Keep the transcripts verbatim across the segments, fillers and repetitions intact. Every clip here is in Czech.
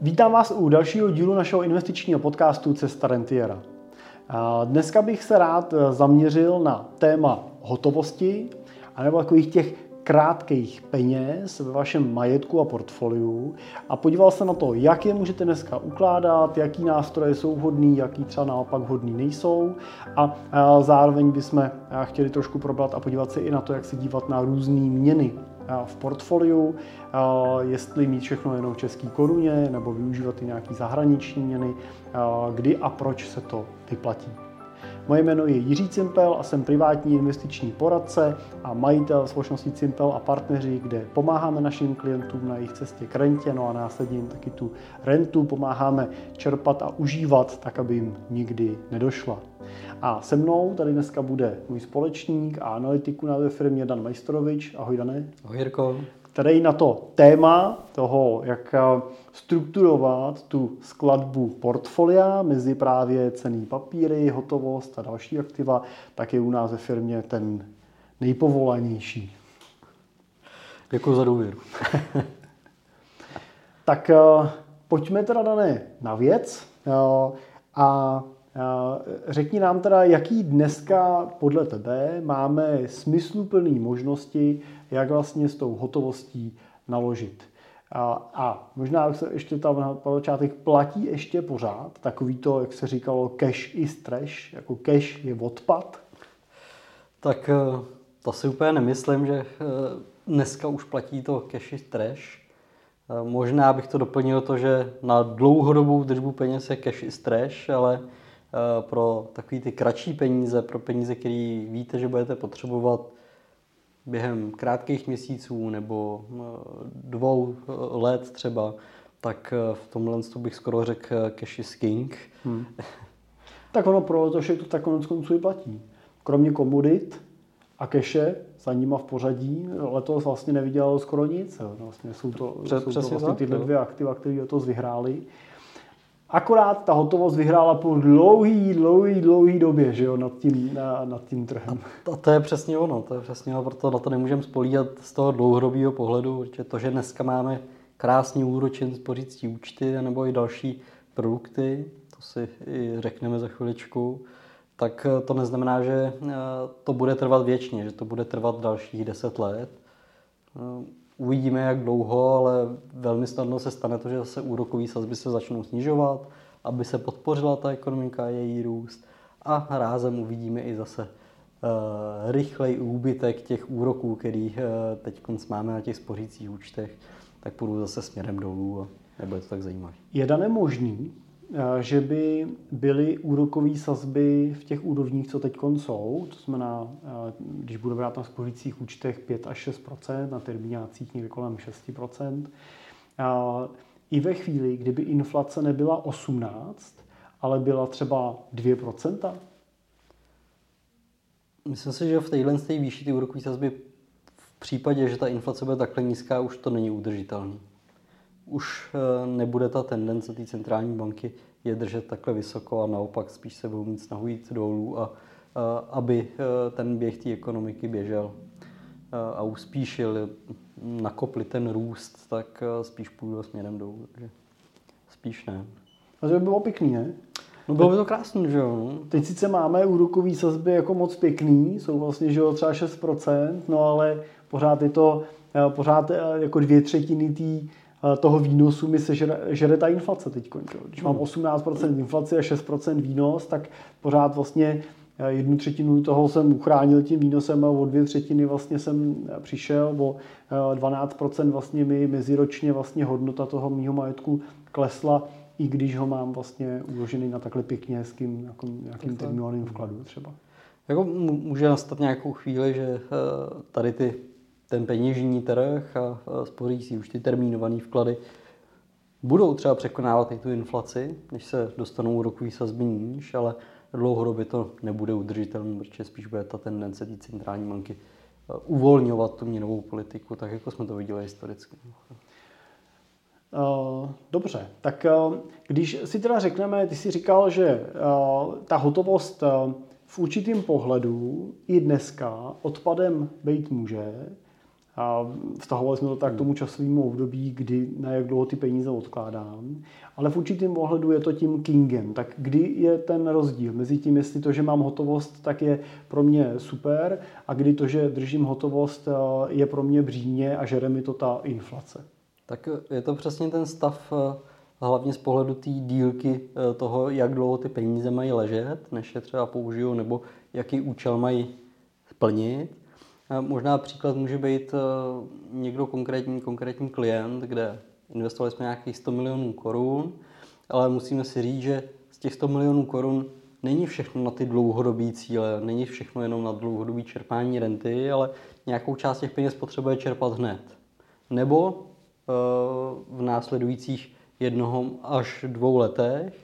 Vítám vás u dalšího dílu našeho investičního podcastu Cesta rentiera. Dneska bych se rád zaměřil na téma hotovosti, anebo takových těch krátkých peněz ve vašem majetku a portfoliu a podíval se na to, jak je můžete dneska ukládat, jaký nástroje jsou vhodný, jaký třeba naopak vhodný nejsou a zároveň bychom chtěli trošku probrat a podívat se i na to, jak se dívat na různé měny v portfoliu, jestli mít všechno jenom v české koruně nebo využívat i nějaký zahraniční měny, kdy a proč se to vyplatí. Moje jméno je Jiří Cimpel a jsem privátní investiční poradce a majitel společnosti Cimpel a partneři, kde pomáháme našim klientům na jejich cestě k rentě, no a následně jim taky tu rentu pomáháme čerpat a užívat, tak aby jim nikdy nedošla. A se mnou tady dneska bude můj společník a analytik na firmě Dan Majstorovič. Ahoj, Dane. Ahoj, Jirko. Který na to téma toho, jak strukturovat tu skladbu portfolia mezi právě cenný papíry, hotovost a další aktiva, tak je u nás ve firmě ten nejpovolanější. Děkuji za důvěru. Tak pojďme teda, Dané, na věc a řekni nám teda, jaký dneska podle tebe máme smysluplné možnosti, jak vlastně s tou hotovostí naložit. A, a možná se ještě tam na začátek platí ještě pořád takový to, jak se říkalo, cash is trash, jako cash je odpad. Tak to si úplně nemyslím, že dneska už platí to cash is trash. Možná bych to doplnil to, že na dlouhodobou držbu peněz je cash is trash, ale pro takový ty kratší peníze, pro peníze, které víte, že budete potřebovat během krátkých měsíců nebo dvou let třeba, tak v tomhle bych skoro řekl cash is king. Hmm. Tak ono pro letošek to tak konec konců i platí. Kromě komodit a keše za nima v pořadí letos vlastně nevydělalo skoro nic. Vlastně jsou to, Přes, jsou to vlastně tak, tyhle jo. dvě aktiva, které letos vyhrály. Akorát ta hotovost vyhrála po dlouhý, dlouhý, dlouhý době, že jo, nad tím, na, nad tím trhem. A, a to je přesně ono, to je přesně ono, proto na to nemůžeme spolíhat z toho dlouhodobého pohledu, že to, že dneska máme krásný úročen spořící účty nebo i další produkty, to si i řekneme za chviličku, tak to neznamená, že to bude trvat věčně, že to bude trvat dalších deset let. Uvidíme, jak dlouho, ale velmi snadno se stane to, že zase úrokové sazby se začnou snižovat, aby se podpořila ta ekonomika a její růst. A rázem uvidíme i zase uh, rychlej úbytek těch úroků, který uh, teď máme na těch spořících účtech, tak půjdou zase směrem dolů a nebude to tak zajímavé. Je dané možný, že by byly úrokové sazby v těch úrovních, co teď jsou, to znamená, když budu brát na spořících účtech pět až šest procent, na termíňácích někde kolem šest procent, i ve chvíli, kdyby inflace nebyla osmnáct, ale byla třeba dvě procenta? Myslím si, že v téhle výši ty úrokové sazby v případě, že ta inflace bude takhle nízká, už to není udržitelné. Už nebude ta tendence té centrální banky je držet takhle vysoko a naopak spíš se budou mít snahu jít dolů, a, a aby ten běh té ekonomiky běžel a uspíšil, nakopli ten růst, tak spíš půjdu směrem dolů. Takže spíš ne. A to by bylo pěkný, ne? No bylo by to krásný, že jo. Teď sice máme úrokový sazby jako moc pěkný, jsou vlastně, že jo, třeba šest procent, no ale pořád je to, pořád jako dvě třetiny tý toho výnosu mi se žere, žere ta inflace teď. Když mám osmnáct procent inflaci a šest procent výnos, tak pořád vlastně jednu třetinu toho jsem uchránil tím výnosem a o dvě třetiny vlastně jsem přišel, o dvanáct procent vlastně mi meziročně vlastně hodnota toho mýho majetku klesla, i když ho mám vlastně uložený na takhle pěkně hezkým jako nějakým termínovaným vkladu třeba. Jako může nastat nějakou chvíli, že tady ty ten peněžní trh a spořící už ty termínované vklady budou třeba překonávat i tu inflaci, když se dostanou úrokové sazby níž, ale dlouhodobě to nebude udržitelné, protože spíš bude ta tendence té centrální banky uvolňovat tu měnovou politiku, tak jako jsme to viděli historicky. Dobře, tak když si teda řekneme, ty jsi říkal, že ta hotovost v určitém pohledu i dneska odpadem být může, A vztahovali jsme to tak k tomu časovému období, kdy na jak dlouho ty peníze odkládám. Ale v určitém ohledu je to tím kingem. Tak kdy je ten rozdíl mezi tím, jestli to, že mám hotovost, tak je pro mě super, a kdy to, že držím hotovost, je pro mě břímě a žere mi to ta inflace? Tak je to přesně ten stav, hlavně z pohledu té dílky toho, jak dlouho ty peníze mají ležet, než je třeba použiju, nebo jaký účel mají plnit. Možná příklad může být někdo konkrétní, konkrétní klient, kde investovali jsme nějakých sto milionů korun, ale musíme si říct, že z těch sto milionů korun není všechno na ty dlouhodobé cíle, není všechno jenom na dlouhodobé čerpání renty, ale nějakou část těch peněz potřebuje čerpat hned. Nebo v následujících jednoho až dvou letech.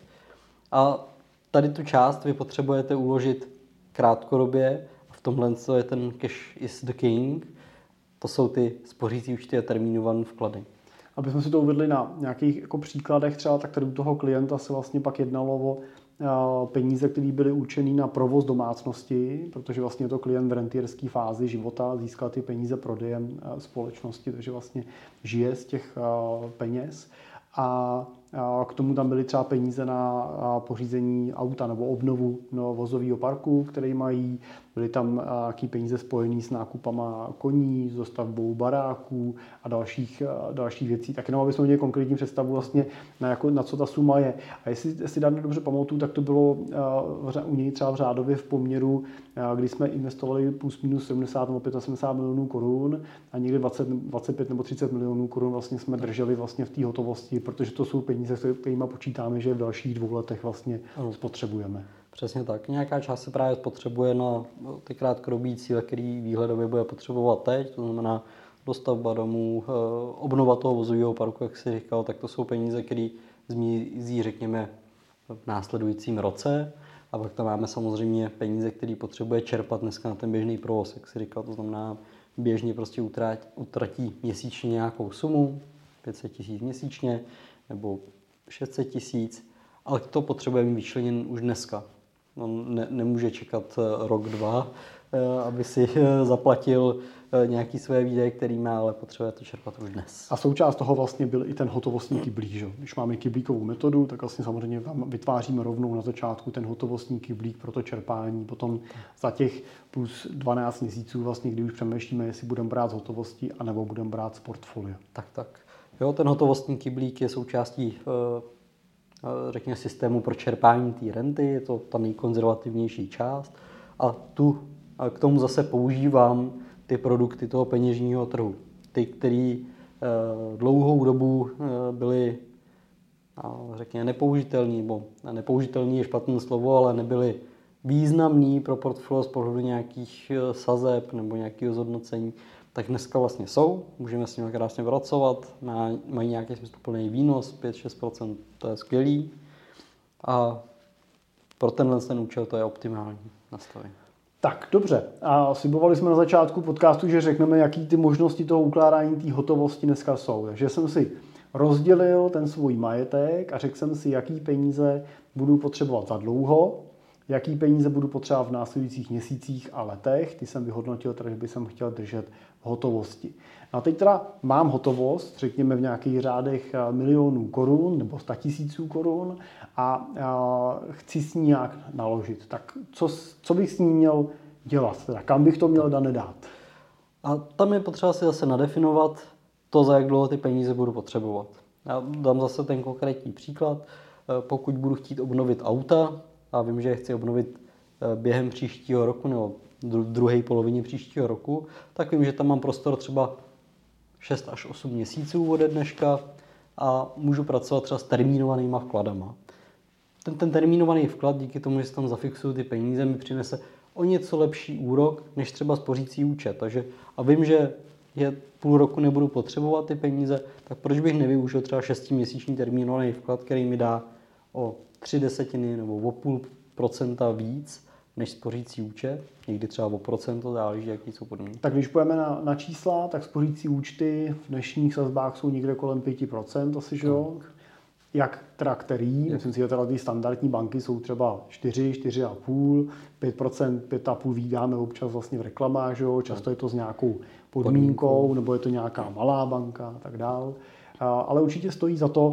A tady tu část vy potřebujete uložit krátkodobě. V tomhle je ten cash is the king. To jsou ty spořící účty a termínované vklady. Aby jsme si to uvedli na nějakých jako příkladech, třeba tak tady u toho klienta se vlastně pak jednalo o peníze, které byly určené na provoz domácnosti, protože vlastně je to klient v rentierské fázi života, získal ty peníze prodejem společnosti, takže vlastně žije z těch peněz. A k tomu tam byly třeba peníze na pořízení auta nebo obnovu no, vozového parku, který mají. Byly tam nějaké peníze spojené s nákupama koní, s dostavbou baráků a dalších, dalších věcí. Tak jenom, aby jsme měli konkrétní představu vlastně, na, jako, na co ta suma je. A jestli, jestli dáme dobře pamatuju, tak to bylo u něj třeba v řádově v poměru, kdy jsme investovali plus minus sedmdesát nebo sedmdesát pět milionů korun a někdy dvacet, dvacet pět nebo třicet milionů korun vlastně jsme drželi vlastně v té hotovosti, protože to jsou peníze, s kterými počítáme, že v dalších dvou letech vlastně spotřebujeme. Přesně tak. Nějaká část se právě spotřebuje na ty krátkodobý cíle, který výhledově bude potřebovat teď, to znamená dostavba domů, obnova toho vozového parku, jak jsi říkal, tak to jsou peníze, které zmizí, řekněme, v následujícím roce. A pak tam máme samozřejmě peníze, které potřebuje čerpat dneska na ten běžný provoz, jak jsi říkal, to znamená běžně prostě utratí, utratí měsíčně nějakou sumu, pět set tisíc měsíčně nebo šest set tisíc, ale to potřebuje mít vyčleněn už dneska. On ne, nemůže čekat rok, dva, aby si zaplatil nějaký své výdaje, který má, ale potřebuje to čerpat už dnes. A součást toho vlastně byl i ten hotovostní kyblík. Že? Když máme kyblíkovou metodu, tak vlastně samozřejmě vytváříme rovnou na začátku ten hotovostní kyblík pro to čerpání. Potom za těch plus dvanáct měsíců, vlastně, kdy už přemýšlíme, jestli budeme brát z hotovosti, anebo budeme brát z portfolia. Tak, tak. Jo, ten hotovostní kyblík je součástí řekněme, systému pro čerpání té renty, je to ta nejkonzervativnější část a tu a k tomu zase používám ty produkty toho peněžního trhu. Ty, které dlouhou dobu byly řekněme nepoužitelný, nebo nepoužitelný je špatné slovo, ale nebyly významný pro portfolio z pohledu nějakých sazeb nebo nějakého zhodnocení, tak dneska vlastně jsou, můžeme s nimi krásně pracovat, mají nějaký smysluplný výnos, pět až šest procent, to je skvělý a pro tenhle ten účel to je optimální nastavení. Tak, dobře. A slibovali jsme na začátku podcastu, že řekneme, jaký ty možnosti toho ukládání té hotovosti dneska jsou. Takže jsem si rozdělil ten svůj majetek a řekl jsem si, jaký peníze budu potřebovat za dlouho, jaký peníze budu potřebovat v následujících měsících a letech. Ty jsem vyhodnotil, že bych jsem chtěl držet v hotovosti. No a teď teda mám hotovost, řekněme v nějakých řádech milionů korun nebo sta tisíců korun a, a chci s ní nějak naložit. Tak co, co bych s ní měl dělat? Teda kam bych to měl dane dát? A tam je potřeba si zase nadefinovat to, za jak dlouho ty peníze budu potřebovat. Já dám zase ten konkrétní příklad. Pokud budu chtít obnovit auta, a vím, že je chci obnovit během příštího roku nebo v druhé polovině příštího roku, tak vím, že tam mám prostor třeba šest až osm měsíců ode dneška a můžu pracovat třeba s termínovanýma vkladama. Ten, ten termínovaný vklad, díky tomu, že si tam zafixuju ty peníze, mi přinese o něco lepší úrok, než třeba spořící účet. Takže, a vím, že je půl roku nebudu potřebovat ty peníze, tak proč bych nevyužil třeba šestiměsíční termínovaný vklad, který mi dá o tři desetiny nebo o půl procenta víc než spořící účet, někdy třeba o procento, záleží, jaký jsou podmínky. Tak když půjdeme na, na čísla, tak spořící účty v dnešních sazbách jsou někde kolem pět procent asi, že jo? jak teda který, jak? myslím si, že teda ty standardní banky jsou třeba čtyři, čtyři a půl, pět procent, pět a půl vídáme občas vlastně v reklamách, že jo? Často je to s nějakou podmínkou, podmínkou, nebo je to nějaká malá banka a tak dál. Ale určitě stojí za to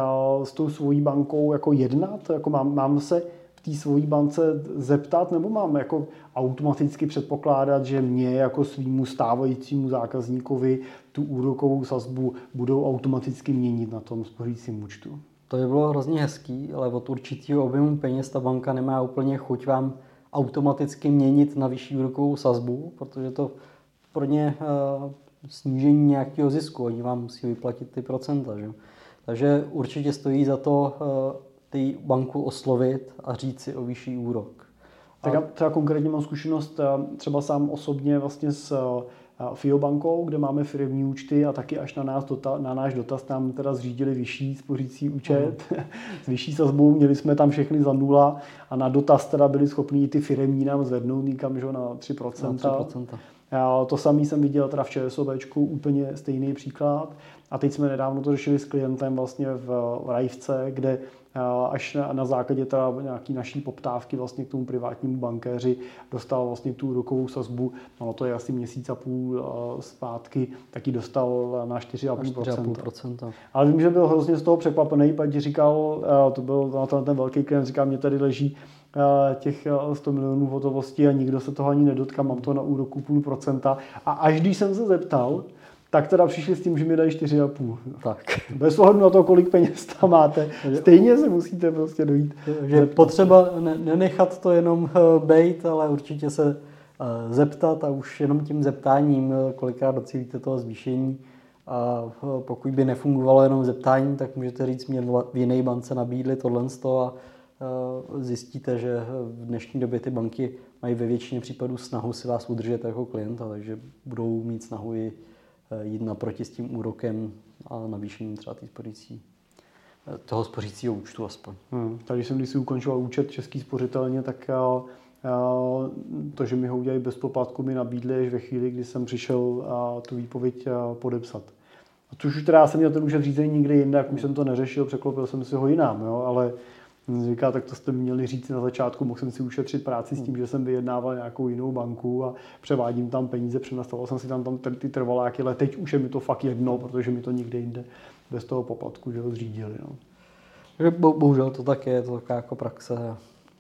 s tou svojí bankou jako jednat, jako mám, mám se v té svojí bance zeptat, nebo mám jako automaticky předpokládat, že mě jako svýmu stávajícímu zákazníkovi tu úrokovou sazbu budou automaticky měnit na tom spořícím účtu. To by bylo hrozně hezký, ale od určitého objemu peněz ta banka nemá úplně chuť vám automaticky měnit na vyšší úrokovou sazbu, protože to pro ně uh, snížení nějakého zisku, oni vám musí vyplatit ty procenta. Že? Takže určitě stojí za to uh, ty banku oslovit a říct si o vyšší úrok. Tak já třeba konkrétně mám zkušenost třeba sám osobně vlastně s Fio bankou, kde máme firemní účty a taky až na, nás dota, na náš dotaz nám teda zřídili vyšší spořící účet uh-huh. s vyšší sazbou, měli jsme tam všechny za nula a na dotaz teda byli schopni ty firemní nám zvednout někam, že, na tři procenta. Na tři procenta. Já to samý jsem viděl teda v ČSOBčku, úplně stejný příklad. A teď jsme nedávno to řešili s klientem vlastně v Rajvce, kde až na, na základě teda nějaký naší poptávky vlastně k tomu privátnímu bankéři dostal vlastně tu úrokovou sazbu, no to je asi měsíc a půl zpátky, taky dostal na čtyři a půl procenta. Ale vím, že byl hrozně z toho překvapený, protože říkal, to byl na ten, ten velký klient, říkal, mě tady leží těch sto milionů hotovosti a nikdo se toho ani nedotká, mám to na úroku půl procenta. A až když jsem se zeptal, tak teda přišli s tím, že mi dají čtyři a půl. Tak. Bez ohledu na to, kolik peněz tam máte, stejně se musíte prostě dojít. Že potřeba nenechat to jenom bejt, ale určitě se zeptat a už jenom tím zeptáním kolikrát docílíte toho zvýšení. A pokud by nefungovalo jenom zeptáním, tak můžete říct, mě v jiné bance nabídli tohle a zjistíte, že v dnešní době ty banky mají ve většině případů snahu si vás udržet jako klienta, takže budou mít snahu i jít naproti s tím úrokem a navýšením třeba tý spořící, toho spořícího účtu aspoň. Hmm, takže jsem, když si ukončoval účet Český spořitelně, tak já, já, to, že mi ho udělají bez poplatku, mi nabídli až ve chvíli, kdy jsem přišel a, tu výpověď a, podepsat. A což už teda já jsem měl ten účet řízený někde jinde, jak už jsem to neřešil, překlopil jsem si ho jinam, jo, ale říká, tak to jste měli říct na začátku, mohl jsem si ušetřit práci s tím, že jsem vyjednával nějakou jinou banku a převádím tam peníze, přenastavoval jsem si tam, tam ty trvaláky, ale teď už je mi to fakt jedno, protože mi to nikde jinde bez toho poplatku, že ho zřídili. No. Bohužel to tak je, to taková jako praxe.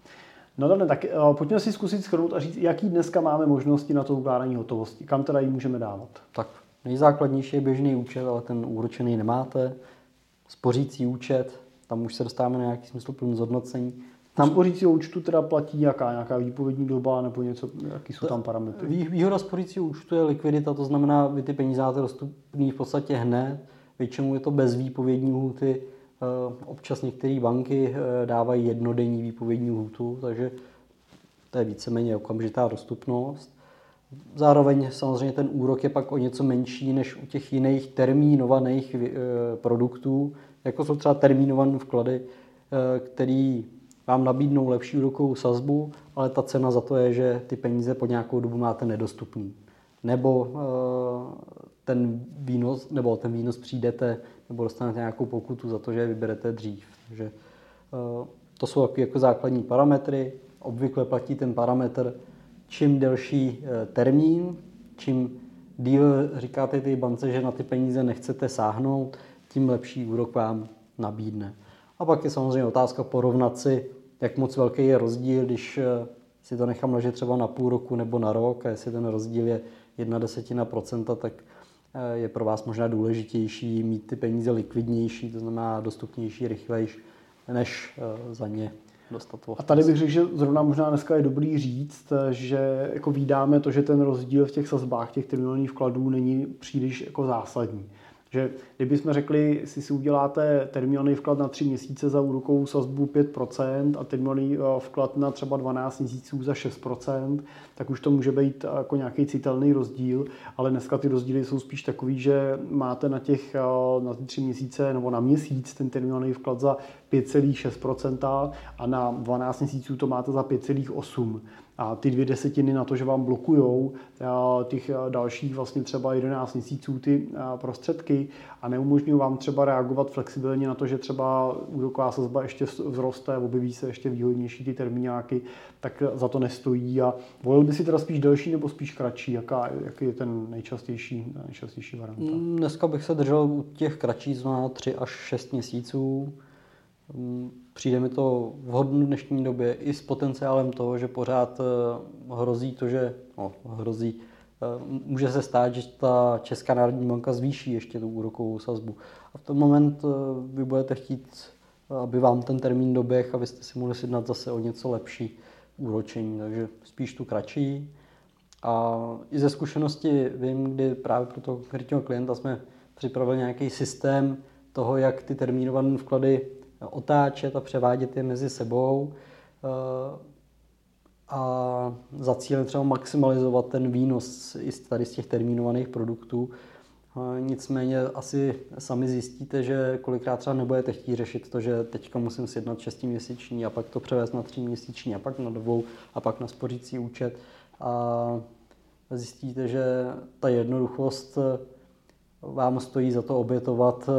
No dobře, tak uh, pojďme si zkusit shrnout a říct, jaký dneska máme možnosti na to ukládání hotovosti, kam teda ji můžeme dávat. Tak nejzákladnější je běžný účet, ale ten úročený nemáte. Spořící účet, tam už se dostáváme na nějaký smysluplný zhodnocení. Tam spořícího účtu teda platí jaká? Nějaká výpovědní doba nebo něco, jaký jsou tam parametry? Výhoda spořícího účtu je likvidita, to znamená, vy ty peníze máte dostupný v podstatě hned. Většinou je to bez výpovědní lhůty. Občas některé banky dávají jednodenní výpovědní lhůtu, takže to je víceméně okamžitá dostupnost. Zároveň samozřejmě ten úrok je pak o něco menší než u těch jiných termínovaných produktů, jako jsou třeba termínované vklady, který vám nabídnou lepší úrokovou sazbu, ale ta cena za to je, že ty peníze po nějakou dobu máte nedostupný. Nebo ten výnos, nebo ten výnos přijdete, nebo dostanete nějakou pokutu za to, že je vyberete dřív. Takže to jsou takové jako základní parametry. Obvykle platí ten parametr, čím delší termín, čím díl říkáte ty bance, že na ty peníze nechcete sáhnout, tím lepší úrok vám nabídne. A pak je samozřejmě otázka porovnat si, jak moc velký je rozdíl, když si to nechám ležet třeba na půl roku nebo na rok a jestli ten rozdíl je jedna desetina procenta, tak je pro vás možná důležitější mít ty peníze likvidnější, to znamená dostupnější, rychlejší, než za ně dostat. A tady bych řekl, že zrovna možná dneska je dobrý říct, že jako vídáme to, že ten rozdíl v těch sazbách těch terminálních vkladů není příliš jako zásadní. Že kdybychom řekli, si si uděláte termínální vklad na tři měsíce za úrokovou sazbu pět procent a termínální vklad na třeba dvanáct měsíců za šest procent, tak už to může být jako nějaký citelný rozdíl, ale dneska ty rozdíly jsou spíš takový, že máte na těch na ty tři měsíce nebo na měsíc ten termínální vklad za pět celá šest procenta a na dvanáct měsíců to máte za pět celá osm procenta. a ty dvě desetiny na to, že vám blokujou těch dalších vlastně třeba jedenáct měsíců ty prostředky a neumožňují vám třeba reagovat flexibilně na to, že třeba úroková sazba ještě vzroste, objeví se ještě výhodnější ty termíňáky, tak za to nestojí. A volil by si teda spíš delší nebo spíš kratší? Jaká, jaký je ten nejčastější, nejčastější varianta? Dneska bych se držel u těch kratších, znamená tři až šest měsíců. Přijde mi to vhodné v dnešní době i s potenciálem toho, že pořád hrozí to, že no, hrozí, může se stát, že ta Česká národní banka zvýší ještě tu úrokovou sazbu. A v ten moment vy budete chtít, aby vám ten termín doběh, abyste si mohli sjednat zase o něco lepší úročení, takže spíš tu kratší. A i ze zkušenosti vím, kdy právě pro toho konkrétního klienta jsme připravili nějaký systém toho, jak ty termínované vklady otáčet a převádět je mezi sebou a za cílem třeba maximalizovat ten výnos i tady z těch termínovaných produktů. Nicméně asi sami zjistíte, že kolikrát třeba nebudete chtít řešit to, že teďka musím sjednat šestiměsíční a pak to převést na tříměsíční a pak na dvou a pak na spořící účet. A zjistíte, že ta jednoduchost vám stojí za to obětovat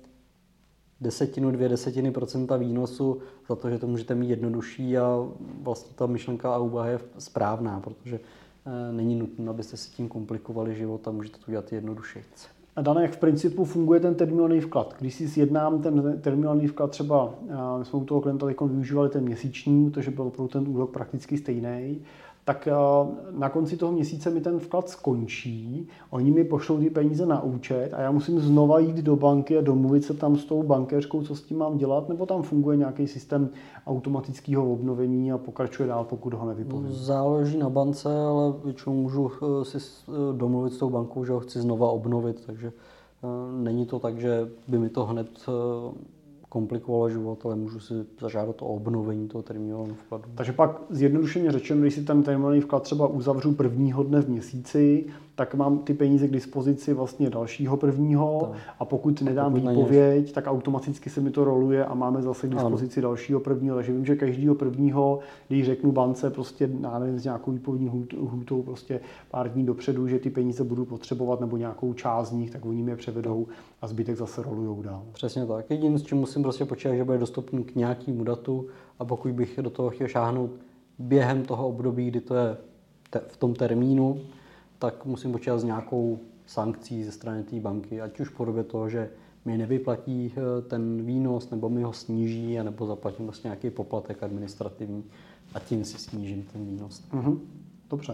desetinu, dvě desetiny procenta výnosu za to, že to můžete mít jednodušší a vlastně ta myšlenka a úvaha je správná, protože není nutné, abyste si tím komplikovali život a můžete to dělat jednodušeji. A Dane, jak v principu funguje ten termínovaný vklad? Když si sjednám ten termínovaný vklad, třeba my jsme u toho klienta teď využívali ten měsíční, protože byl opravdu ten úrok prakticky stejný, tak na konci toho měsíce mi ten vklad skončí, oni mi pošlou ty peníze na účet a já musím znova jít do banky a domluvit se tam s tou bankéřkou, co s tím mám dělat, nebo tam funguje nějaký systém automatického obnovení a pokračuje dál, pokud ho nevypovím? Záleží na bance, ale většinou můžu si domluvit s tou bankou, že ho chci znova obnovit, takže není to tak, že by mi to hned komplikovalo život, ale můžu si zažádat o obnovení toho termínového vkladu. Takže pak zjednodušeně řečeno, když si ten termínový vklad třeba uzavřu prvního dne v měsíci, tak mám ty peníze k dispozici vlastně dalšího prvního tak. A pokud nedám pokud výpověď, než... tak automaticky se mi to roluje a máme zase k dispozici ano. dalšího prvního. Takže vím, že každýho prvního, když řeknu bance prostě nevím, s nějakou výpovědní lhůtou prostě pár dní dopředu, že ty peníze budu potřebovat nebo nějakou část z nich, tak oni mě převedou a zbytek zase rolujou dál. Přesně tak. Jediné, s čím musím prostě počítat, že bude dostupný k nějakému datu a pokud bych do toho chtěl šáhnout během toho období, kdy to je te- v tom termínu, tak musím počítat s nějakou sankcí ze strany té banky, ať už v podobě toho, že mi nevyplatí ten výnos, nebo mi ho sníží, nebo zaplatím vlastně nějaký poplatek administrativní a tím si snížím ten výnos. Mm-hmm. Dobře.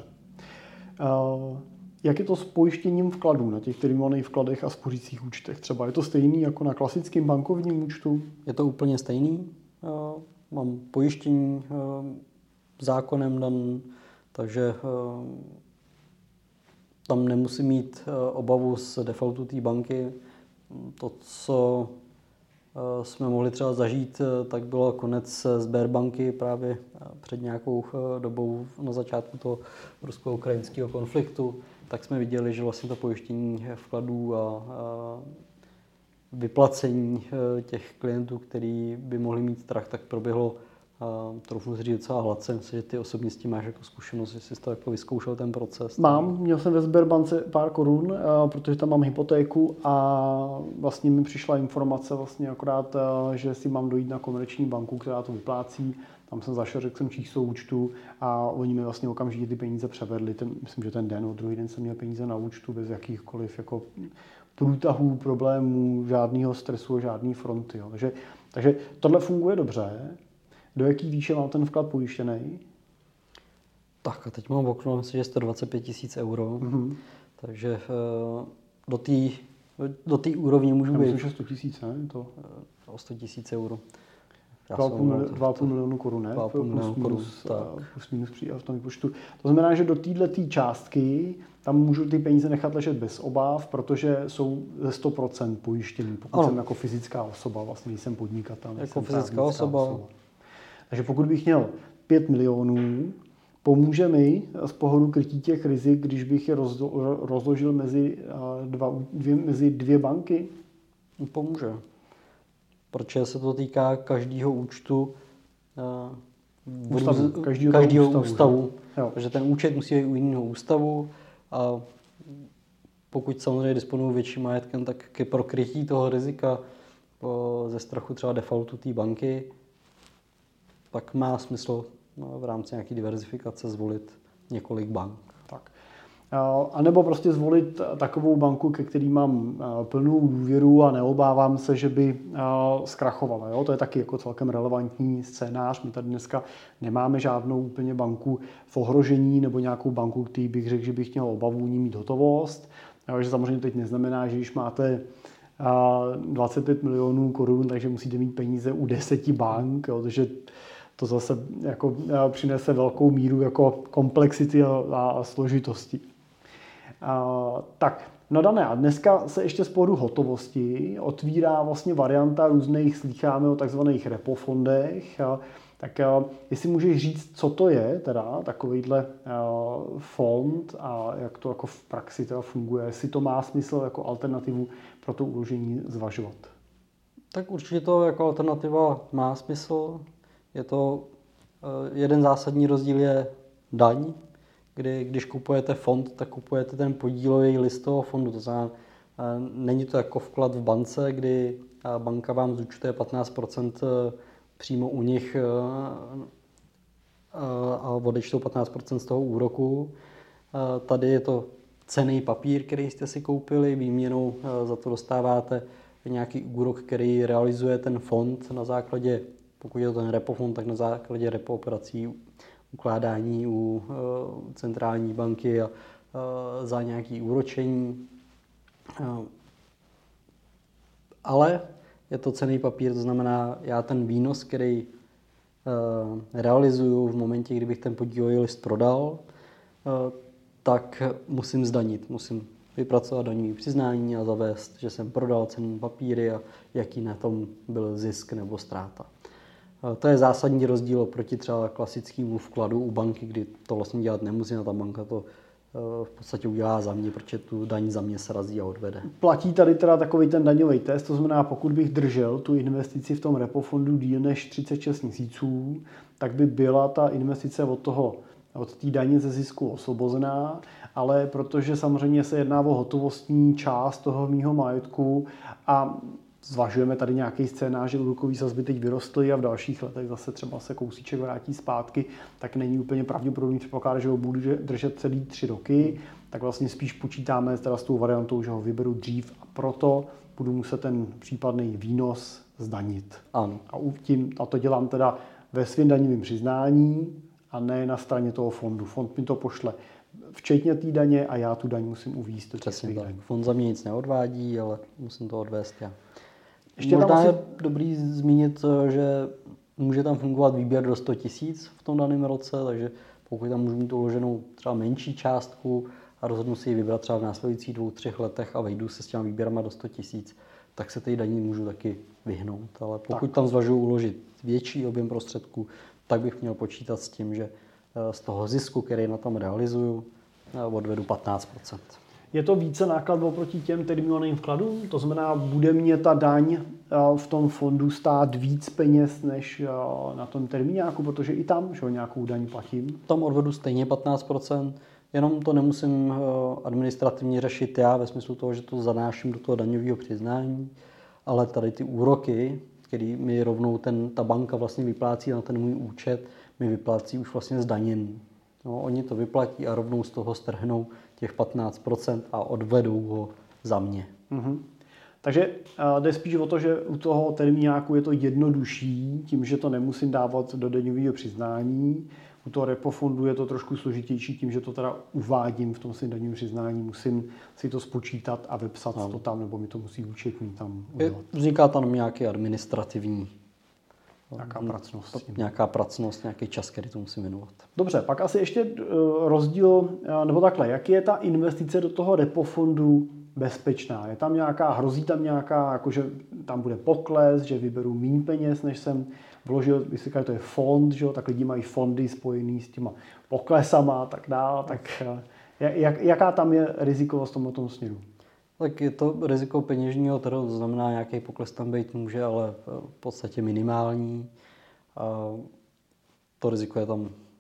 Uh, jak je to s pojištěním vkladů na těch termínovaných vkladech a spořících účtech? Třeba je to stejný jako na klasickém bankovním účtu? Je to úplně stejný. Uh, mám pojištění uh, zákonem dan, takže uh, tam nemusím mít obavu z defaultu té banky. To, co jsme mohli třeba zažít, tak bylo konec Sberbanky právě před nějakou dobou na začátku toho rusko-ukrajinského konfliktu. Tak jsme viděli, že vlastně to pojištění vkladů a vyplacení těch klientů, který by mohli mít strach, tak proběhlo a trochu říct docela hladce. Myslím, že ty osobně s tím máš jako zkušenost, jestli jsi to jako vyzkoušel ten proces. Mám, měl jsem ve Sberbance pár korun, protože tam mám hypotéku a vlastně mi přišla informace vlastně akorát, že si mám dojít na komerční banku, která to vyplácí. Tam jsem zašel, řekl jsem číslo účtu a oni mi vlastně okamžitě ty peníze převedli. Ten, myslím, že ten den, o druhý den jsem měl peníze na účtu bez jakýchkoliv jako průtahů, problémů, žádného stresu, žádný fronty. Jo. Takže, takže tohle funguje dobře. Do jaký výše mám ten vklad pojištěný? Tak a teď mám okno, myslím, že sto dvacet pět tisíc euro. Mm-hmm. Takže do té do té úrovně můžu být. Myslím, že sto tisíc, ne? To... O sto tisíc euro. dva a půl milionu korun, ne? dva a půl milionu korun, plus minus v tom výpočtu. To znamená, že do této částky tam můžu ty peníze nechat ležet bez obav, protože jsou ze sto procent pojištění, pokud ano. jsem jako fyzická osoba, vlastně nejsem podnikatel. Jako fyzická osoba. osoba. Takže pokud bych měl pět milionů, pomůže mi z pohledu krytí těch rizik, když bych je rozložil mezi, dva, dvě, mezi dvě banky? Pomůže. Protože se to týká každého účtu, ústavu, každého, každého ústavu. ústavu. Jo. Takže ten účet musí být u jiného ústavu a pokud samozřejmě disponují větším majetkem, tak ke prokrytí toho rizika ze strachu třeba defaultu té banky, tak má smysl no, v rámci nějaké diverzifikace zvolit několik bank. Tak. A nebo prostě zvolit takovou banku, ke který mám plnou důvěru a neobávám se, že by zkrachovala. Jo? To je taky jako celkem relevantní scénář. My tady dneska nemáme žádnou úplně banku v ohrožení nebo nějakou banku, který bych řekl, že bych měl obavu u ní mít hotovost. Takže samozřejmě teď neznamená, že když máte dvacet pět milionů korun, takže musíte mít peníze u deseti bank, jo? Takže to zase jako přinese velkou míru jako komplexity a, a složitosti. A, tak, no Dané, a dneska se ještě z pohledu hotovosti otvírá vlastně varianta různých, slýcháme o takzvaných repo fondech. A, tak a, jestli můžeš říct, co to je teda takovýhle a, fond a jak to jako v praxi teda funguje, jestli to má smysl jako alternativu pro to uložení zvažovat. Tak určitě to jako alternativa má smysl. Je to jeden zásadní rozdíl je daň, kdy když kupujete fond, tak kupujete ten podílový list toho fondu. To znamená, není to jako vklad v bance, kdy banka vám zúčtuje patnáct procent přímo u nich a odečtou patnáct procent z toho úroku. Tady je to cenný papír, který jste si koupili, výměnou za to dostáváte nějaký úrok, který realizuje ten fond na základě, pokud je to ten repo fond, tak na základě repo operací, ukládání u centrální banky a za nějaké úročení. Ale je to cenný papír, to znamená, já ten výnos, který realizuju v momentě, kdybych ten podílový list prodal, tak musím zdanit, musím vypracovat daňové přiznání a zavést, že jsem prodal cenné papíry a jaký na tom byl zisk nebo ztráta. To je zásadní rozdíl oproti třeba klasickému vkladu u banky, kdy to vlastně dělat nemusím a ta banka to v podstatě udělá za mě, protože tu daň za mě srazí a odvede. Platí tady teda takový ten daňový test, to znamená, pokud bych držel tu investici v tom repo fondu díl než třicet šest měsíců, tak by byla ta investice od toho od té daně ze zisku osvobozená, ale protože samozřejmě se jedná o hotovostní část toho mýho majetku a zvažujeme tady nějaký scénář, že úrokový sazby teď vyrostly a v dalších letech zase třeba se kousíček vrátí zpátky, tak není úplně pravděpodobný předpoklad, že ho budu držet celý tři roky, tak vlastně spíš počítáme teda s tou variantou, že ho vyberu dřív a proto budu muset ten případný výnos zdanit. Ano. A, tím, a to dělám teda ve svém daňovém přiznání a ne na straně toho fondu. Fond mi to pošle včetně té daně a já tu daň musím uvést do těch svých daní. Fond za mě nic neodvádí, ale musím to odvést já. Ještě Možná asi... je dobrý zmínit, že může tam fungovat výběr do sto tisíc v tom daném roce, takže pokud tam můžu mít uloženou třeba menší částku a rozhodnu si ji vybrat třeba v následujících dvou, třech letech a vejdu se s těma výběrama do sto tisíc, tak se té daní můžu taky vyhnout. Ale pokud tak. tam zvažuji uložit větší objem prostředků, tak bych měl počítat s tím, že z toho zisku, který na tom realizuju, odvedu patnáct procent. Je to více náklad oproti těm termínovaným vkladům? To znamená, bude mě ta daň v tom fondu stát víc peněz než na tom termíňáku, protože i tam že nějakou daň platím? Tam odvedu stejně patnáct procent, jenom to nemusím administrativně řešit já ve smyslu toho, že to zanáším do toho daňového přiznání, ale tady ty úroky, který mi rovnou ten, ta banka vlastně vyplácí na ten můj účet, mi vyplácí už vlastně zdaněný. No, oni to vyplatí a rovnou z toho strhnou těch patnáct procent a odvedou ho za mě. Mm-hmm. Takže uh, jde spíš o to, že u toho termíňáku je to jednodušší, tím, že to nemusím dávat do daňového přiznání. U toho repo fondu je to trošku složitější tím, že to teda uvádím v tom svém daňovém přiznání. Musím si to spočítat a vypsat no. to tam, nebo mi to musí účetní tam udělat. Vzniká tam nějaký administrativní Nějaká pracnost. Nějaká pracnost, nějaký čas, který to musím věnovat. Dobře, pak asi ještě rozdíl, nebo takhle, jak je ta investice do toho repo fondu bezpečná? Je tam nějaká, hrozí tam nějaká, jakože tam bude pokles, že vyberu méně peněz, než jsem vložil, když si říká, to je fond, že jo, tak lidi mají fondy spojený s těma poklesama a tak dále, tak jak, jaká tam je rizikovost v tomto směru? Tak je to riziko peněžního trhu, to znamená, nějaký pokles tam být může, ale v podstatě minimální. A to riziko je tam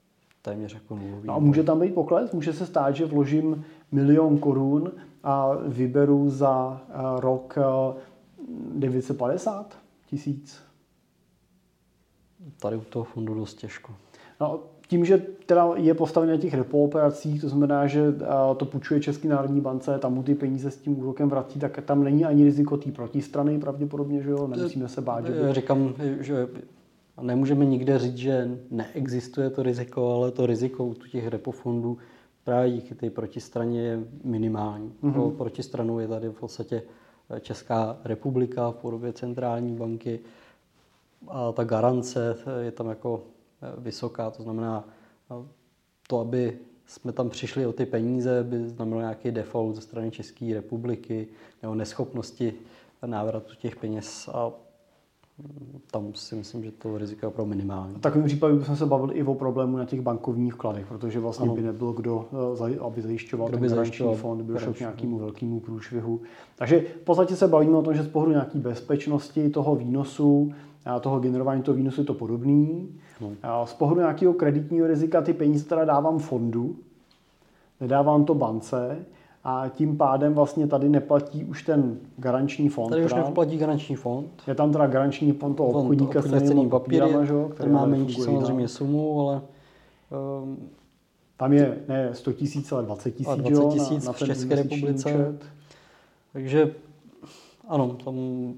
téměř jako nulový. No a může tam být pokles? Může se stát, že vložím milion korun a vyberu za rok devět set padesát tisíc? Tady u toho fondu dost těžko. No, tím, že teda je postaven na těch repo operacích, to znamená, že to půjčuje České národní bance, tam mu ty peníze s tím úrokem vrací, tak tam není ani riziko té protistrany pravděpodobně, že jo? Nemusíme se bát, že by... Říkám, že nemůžeme nikde říct, že neexistuje to riziko, ale to riziko u těch repo fondů právě díky té protistraně je minimální. Mm-hmm. Protistranou je tady v podstatě Česká republika v podobě centrální banky a ta garance je tam jako vysoká, to znamená to, aby jsme tam přišli o ty peníze, by znamenalo nějaký default ze strany České republiky nebo neschopnosti návratu těch peněz a tam si myslím, že to riziko je opravdu minimální. V takovém případě bychom se bavili i o problému na těch bankovních vkladech, protože vlastně ano. by nebylo kdo, aby zajišťoval kdo ten garanční fond, by došlo k nějakému velkému průšvihu. Takže v podstatě se bavíme o tom, že z pohledu nějaké bezpečnosti toho výnosu, toho generování toho výnosu je to podobný. Hmm. Z pohledu nějakého kreditního rizika ty peníze teda dávám fondu, nedávám to bance a tím pádem vlastně tady neplatí už ten garanční fond. Tady už neplatí garanční fond. Je tam teda garanční fond toho obchodníka s cennými papírama, který má menší samozřejmě sumu, ale... Um, tam je ne sto tisíc, ale dvacet tisíc na, na v České republice. Účet. Takže ano, tam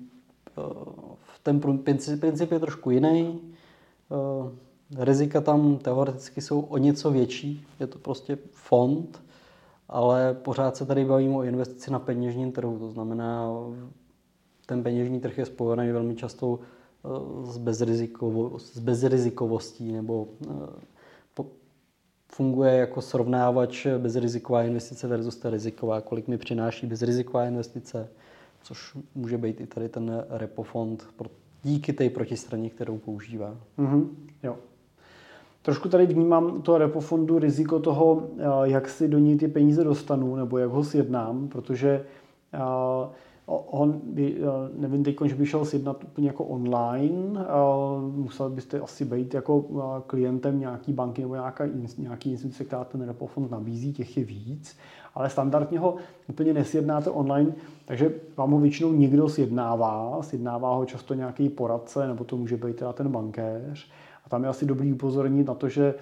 ten princip, princip je trošku jiný. Rizika tam teoreticky jsou o něco větší, je to prostě fond, ale pořád se tady bavíme o investici na peněžním trhu, to znamená, ten peněžní trh je spojený velmi často s, bezrizikovo, s bezrizikovostí nebo funguje jako srovnávač bezriziková investice versus ta riziková, kolik mi přináší bezriziková investice, což může být i tady ten repo fond díky té protistraně, kterou používá. Mm-hmm, jo. Trošku tady vnímám toho repo fondu riziko toho, jak si do ní ty peníze dostanu, nebo jak ho sjednám, protože on, nevím teď, že by šel sjednat úplně jako online, musel byste asi být jako klientem nějaký banky nebo nějaká, nějaký instituce, která ten repo fond nabízí, těch je víc, ale standardně ho úplně nesjednáte online, takže vám ho většinou někdo sjednává, sjednává ho často nějaký poradce, nebo to může být teda ten bankéř. A tam je asi dobrý upozornit na to, že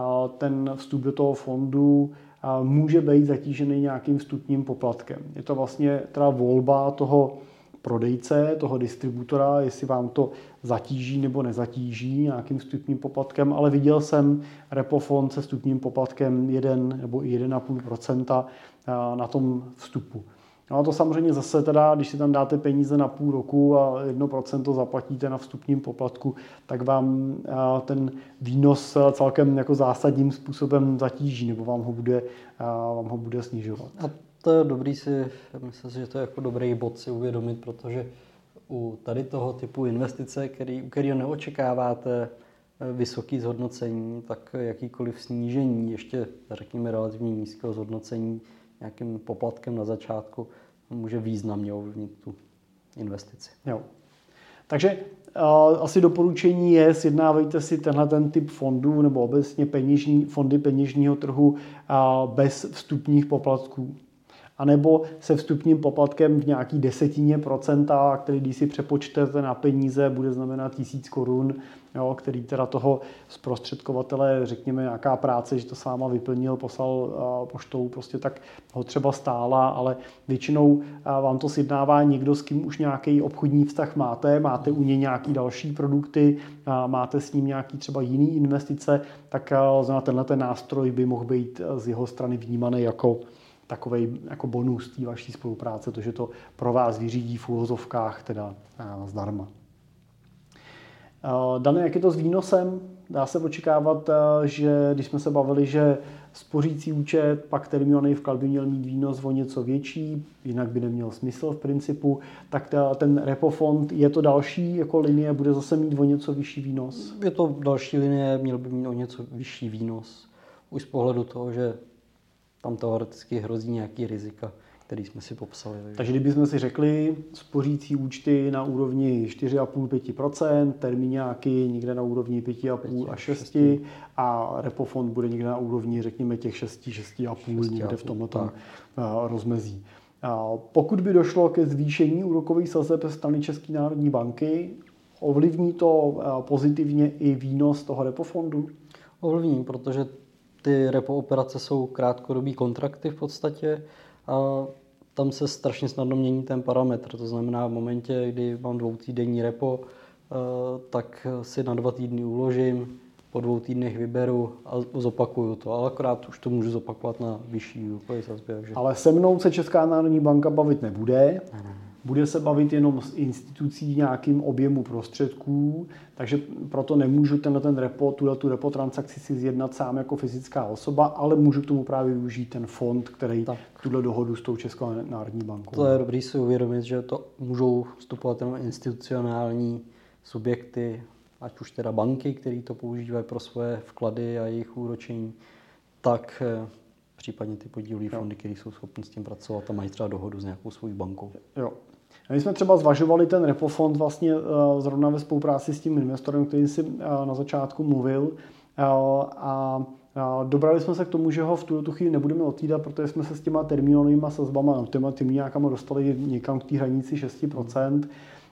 ten vstup do toho fondu může být zatížený nějakým vstupním poplatkem. Je to vlastně teda volba toho prodejce, toho distributora, jestli vám to zatíží nebo nezatíží nějakým vstupním poplatkem, ale viděl jsem repo fond se vstupním poplatkem jedna nebo jedna celá pět procenta na tom vstupu. No a to samozřejmě zase teda, když si tam dáte peníze na půl roku a jedno procento zaplatíte na vstupním poplatku, tak vám ten výnos celkem jako zásadním způsobem zatíží nebo vám ho bude, vám ho bude snižovat. A to je dobrý si, myslím si, že to je jako dobrý bod si uvědomit, protože u tady toho typu investice, který, u kterého neočekáváte vysoké zhodnocení, tak jakýkoliv snížení, ještě řekněme relativně nízkého zhodnocení nějakým poplatkem na začátku, může významně ovlivnit tu investici. Jo. Takže uh, asi doporučení je, sjednávejte si tenhle ten typ fondů nebo obecně peněžní, fondy peněžního trhu uh, bez vstupních poplatků. A nebo se vstupním poplatkem v nějaký desetině procenta, který když si přepočtete na peníze, bude znamenat tisíc korun, jo, který teda toho zprostředkovatele, řekněme nějaká práce, že to s váma vyplnil, poslal poštou, prostě tak ho třeba stála, ale většinou vám to sjednává někdo, s kým už nějaký obchodní vztah máte, máte u něj nějaký další produkty, máte s ním nějaký třeba jiný investice, tak na tenhle ten nástroj by mohl být z jeho strany vnímaný jako takovej jako bonus té vaší spolupráce, to, že to pro vás vyřídí v úvozovkách teda zdarma. Dané, jak je to s výnosem? Dá se očekávat, že když jsme se bavili, že spořící účet, pak termínovaný vklad by měl mít výnos o něco větší, jinak by neměl smysl v principu, tak ten repo fond, je to další jako linie, bude zase mít o něco vyšší výnos? Je to další linie, měl by mít o něco vyšší výnos. Už z pohledu toho, že tam teoreticky hrozí nějaký rizika, který jsme si popsali. Takže, takže kdybychom si řekli spořící účty na úrovni čtyři celá pět až pět procent, termíňáky někde na úrovni pět celá pět až šest procent a repo fond bude někde na úrovni, řekněme, těch šest, šest celá pět někde v tomto rozmezí. Pokud by došlo ke zvýšení úrokových sazeb ze strany České národní banky, ovlivní to pozitivně i výnos toho repo fondu? Ovlivní, protože ty repo operace jsou krátkodobý kontrakty v podstatě a tam se strašně snadno mění ten parametr. To znamená, v momentě, kdy mám dvoutýdenní repo, tak si na dva týdny uložím, po dvou týdnech vyberu a zopakuju to. Ale akorát už to můžu zopakovat na vyšší úrokové sazbě. Takže... Ale se mnou se Česká národní banka bavit nebude. Bude se bavit jenom s institucí nějakým objemu prostředků, takže proto nemůžu tenhle ten repo, tuhle tu repo transakci si zjednat sám jako fyzická osoba, ale můžu k tomu právě využít ten fond, který tak. tuhle dohodu s tou Českou národní bankou. To je dobrý si uvědomit, že to můžou vstupovat jenom institucionální subjekty, ať už teda banky, které to používají pro svoje vklady a jejich úročení, tak případně ty podílové fondy, které jsou schopny s tím pracovat a mají třeba dohodu s nějakou svou bankou. Jo. A my jsme třeba zvažovali ten repo fond vlastně zrovna ve spolupráci s tím investorem, který si na začátku mluvil a dobrali jsme se k tomu, že ho v tuto chvíli nebudeme otvídat, protože jsme se s těma termínovými sazbama, těma termíňákama dostali někam k té hranici šest procent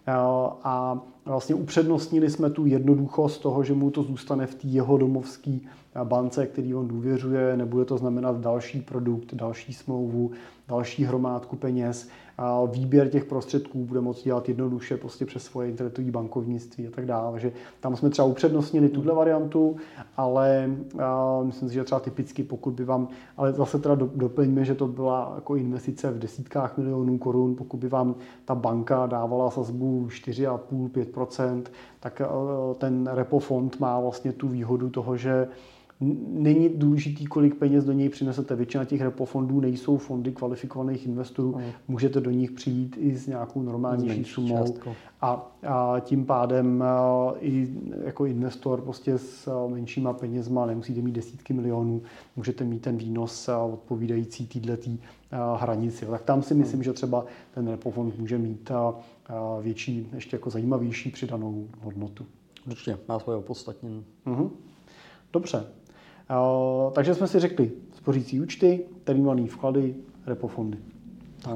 a vlastně upřednostnili jsme tu jednoduchost toho, že mu to zůstane v té jeho domovské bance, který on důvěřuje, nebude to znamenat další produkt, další smlouvu, další hromádku peněz. A výběr těch prostředků bude moct dělat jednoduše prostě přes svoje internetové bankovnictví a tak dále. Takže tam jsme třeba upřednostnili tuhle variantu, ale uh, myslím si, že třeba typicky, pokud by vám, ale zase teda doplňme, že to byla jako investice v desítkách milionů korun, pokud by vám ta banka dávala sazbu čtyři celá pět až pět procent, tak uh, ten repo fond má vlastně tu výhodu toho, že není důležitý, kolik peněz do něj přinesete. Většina těch repo fondů nejsou fondy kvalifikovaných investorů. Mm. Můžete do nich přijít i s nějakou normálnější sumou. A, a tím pádem a, i jako investor prostě s a, menšíma penězma nemusíte mít desítky milionů. Můžete mít ten výnos a, odpovídající této hranici. Tak tam si myslím, mm. že třeba ten repo fond může mít a, a větší, ještě jako zajímavější přidanou hodnotu. Určitě, má svoje opodstatnění. Mm-hmm. Dobře. Uh, takže jsme si řekli spořící účty, termínované vklady, repo fondy. No.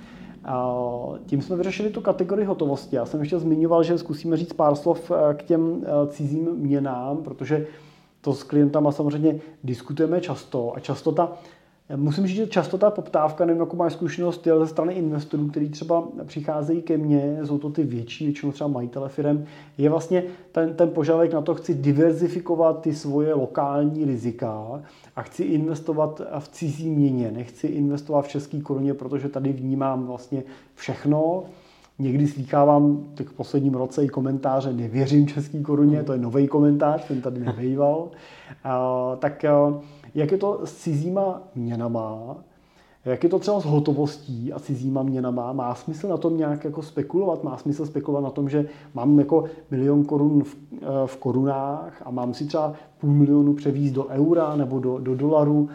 Uh, tím jsme vyřešili tu kategorii hotovosti. Já jsem ještě zmiňoval, že zkusíme říct pár slov k těm uh, cizím měnám, protože to s klientama samozřejmě diskutujeme často a často ta Musím říct, že často ta poptávka, nevím, jakou máš zkušenost ze strany investorů, kteří třeba přicházejí ke mně, jsou to ty větší, většinou třeba majitele firem, je vlastně ten, ten požadavek na to, chci diverzifikovat ty svoje lokální rizika a chci investovat v cizí měně, nechci investovat v české koruně, protože tady vnímám vlastně všechno. Někdy slýchávám tak v posledním roce i komentáře, nevěřím české koruně, to je nový komentář, ten tady nebejval. Tak jak je to s cizíma měnama, jak je to třeba s hotovostí a cizíma měnama, má smysl na tom nějak jako spekulovat, má smysl spekulovat na tom, že mám jako milion korun v, v korunách a mám si třeba půl milionu převízt do eura nebo do, do dolaru,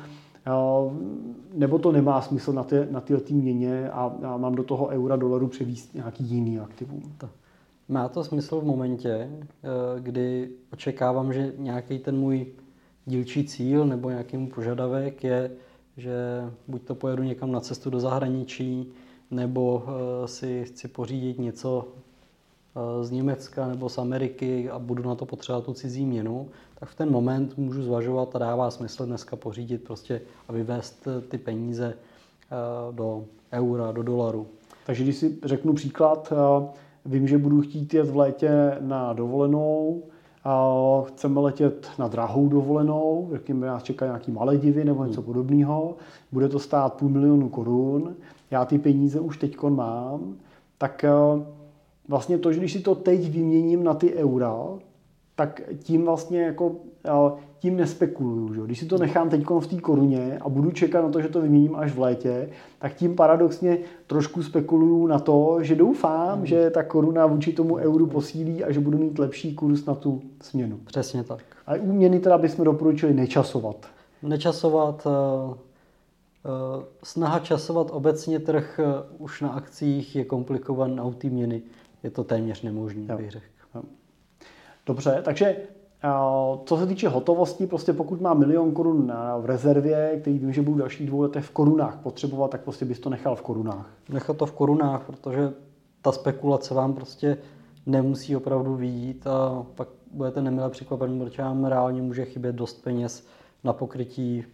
nebo to nemá smysl na, ty, na tyhle tý měně a, a mám do toho eura, dolaru převízt nějaký jiný aktivum. Má to smysl v momentě, kdy očekávám, že nějaký ten můj dílčí cíl nebo nějaký můj požadavek je, že buď to pojedu někam na cestu do zahraničí, nebo si chci pořídit něco z Německa nebo z Ameriky a budu na to potřebovat tu cizí měnu, tak v ten moment můžu zvažovat a dává smysl dneska pořídit prostě a vyvést ty peníze do eura, do dolaru. Takže když si řeknu příklad, vím, že budu chtít jet v létě na dovolenou, chceme letět na drahou dovolenou, řekněme, nás čeká nějaký Maledivy nebo něco podobného, bude to stát půl milionu korun, já ty peníze už teďkon mám, tak vlastně to, že když si to teď vyměním na ty eura, tak tím vlastně jako tím nespekuluju. Že? Když si to nechám teď v té koruně a budu čekat na to, že to vyměním až v létě, tak tím paradoxně trošku spekuluju na to, že doufám, mm. že ta koruna vůči tomu euru posílí a že budu mít lepší kurz na tu směnu. Přesně tak. A u měny teda bychom doporučili nečasovat. Nečasovat, Snaha časovat obecně trh už na akcích je komplikovaný, a u té měny je to téměř nemožný, bych řekl. Dobře, takže co se týče hotovosti, prostě pokud má milion korun v rezervě, který vím, že budu v dalších dvou letech v korunách potřebovat, tak prostě bys to nechal v korunách. Nechal to v korunách, protože ta spekulace vám prostě nemusí opravdu vyjít a pak budete nemile překvapen, protože vám reálně může chybět dost peněz na pokrytí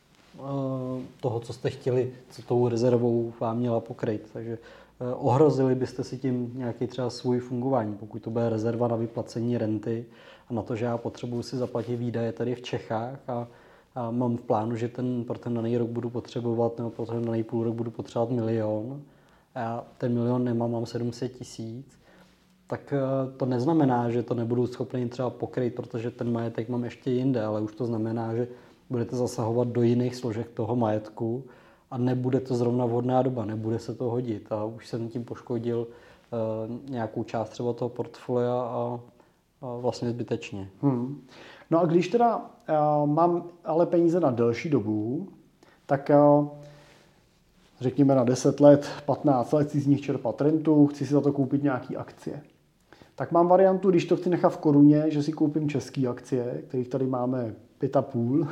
toho, co jste chtěli, co tou rezervou vám měla pokryt. Takže ohrozili byste si tím nějaký třeba svůj fungování, pokud to bude rezerva na vyplacení renty a na to, že já potřebuji si zaplatit výdaje tady v Čechách a, a mám v plánu, že ten, pro ten daný rok budu potřebovat, nebo pro ten daný půl rok budu potřebovat milion a já ten milion nemám, mám sedm set tisíc, tak to neznamená, že to nebudu schopný třeba pokryt, protože ten majetek mám ještě jinde, ale už to znamená, že budete zasahovat do jiných složek toho majetku a nebude to zrovna vhodná doba, nebude se to hodit a už jsem tím poškodil uh, nějakou část třeba toho portfolia a, a vlastně zbytečně. Hmm. No a když teda uh, mám ale peníze na delší dobu, tak uh, řekněme na deset let, patnáct let, chci z nich čerpat rentu, chci si za to koupit nějaký akcie. Tak mám variantu, když to chci nechat v koruně, že si koupím české akcie, kterých tady máme pět a půl.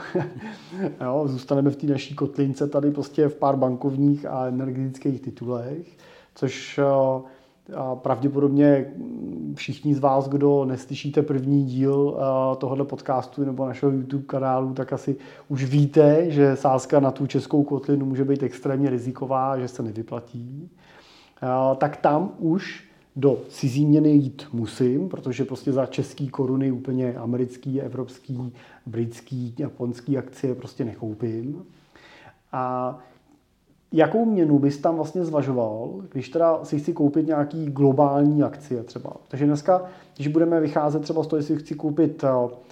Jo, zůstaneme v té naší kotlince tady prostě v pár bankovních a energetických titulech, což a pravděpodobně všichni z vás, kdo neslyšíte první díl tohoto podcastu nebo našeho YouTube kanálu, tak asi už víte, že sázka na tu českou kotlinu může být extrémně riziková, že se nevyplatí. Tak tam už do cizí měny jít musím, protože prostě za český koruny úplně americký, evropský, britský, japonský akcie prostě nekoupím. A jakou měnu bys tam vlastně zvažoval, když teda si chci koupit nějaký globální akcie třeba? Takže dneska, když budeme vycházet třeba z toho, jestli chci koupit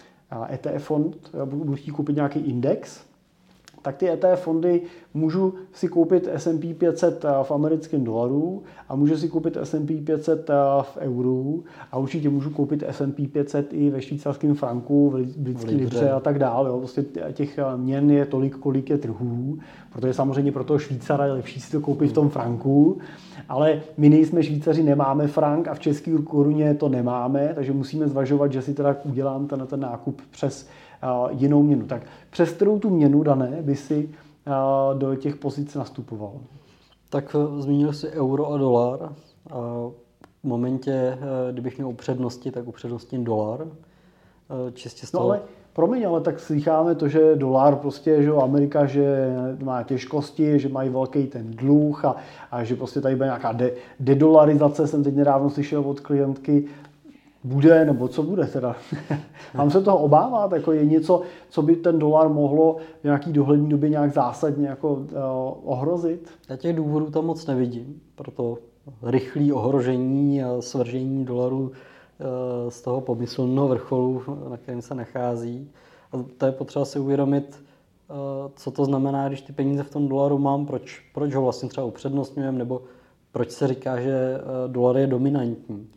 E T F fond, budu chtít koupit nějaký index, tak ty E T F fondy můžu si koupit S and P pět set v americkém dolaru a můžu si koupit S and P pět set v euru a určitě můžu koupit S and P pět set i ve švýcarském franku, v britské libře a tak dále. Jo. Prostě těch měn je tolik, kolik je trhů, protože samozřejmě pro toho Švýcara je lepší si to koupit v tom franku, ale my nejsme Švýcaři, nemáme frank a v české koruně to nemáme, takže musíme zvažovat, že si teda udělám ten, ten nákup přes Uh, jinou měnu. Tak přes kterou tu měnu, Dané, by si uh, do těch pozic nastupoval? Tak uh, zmínil jsi euro a dolar. Uh, v momentě, uh, kdybych měl upřednosti, tak upřednostním dolar. Uh, čistě z toho... No ale promiň, ale tak slycháme to, že dolar prostě, že Amerika, že má těžkosti, že mají velký ten dluh a, a že prostě tady bude nějaká de, dedolarizace, jsem teď nedávno slyšel od klientky, bude, nebo co bude teda? Mám se toho obávat, jako je něco, co by ten dolar mohlo v nějaký dohlední době nějak zásadně jako uh, ohrozit? Já těch důvodů tam moc nevidím, proto rychlé ohrožení a svržení dolaru uh, z toho pomyslného vrcholu, na kterém se nachází. A to je potřeba si uvědomit, uh, co to znamená, když ty peníze v tom dolaru mám, proč, proč ho vlastně třeba upřednostňujeme, nebo proč se říká, že uh, dolar je dominantní.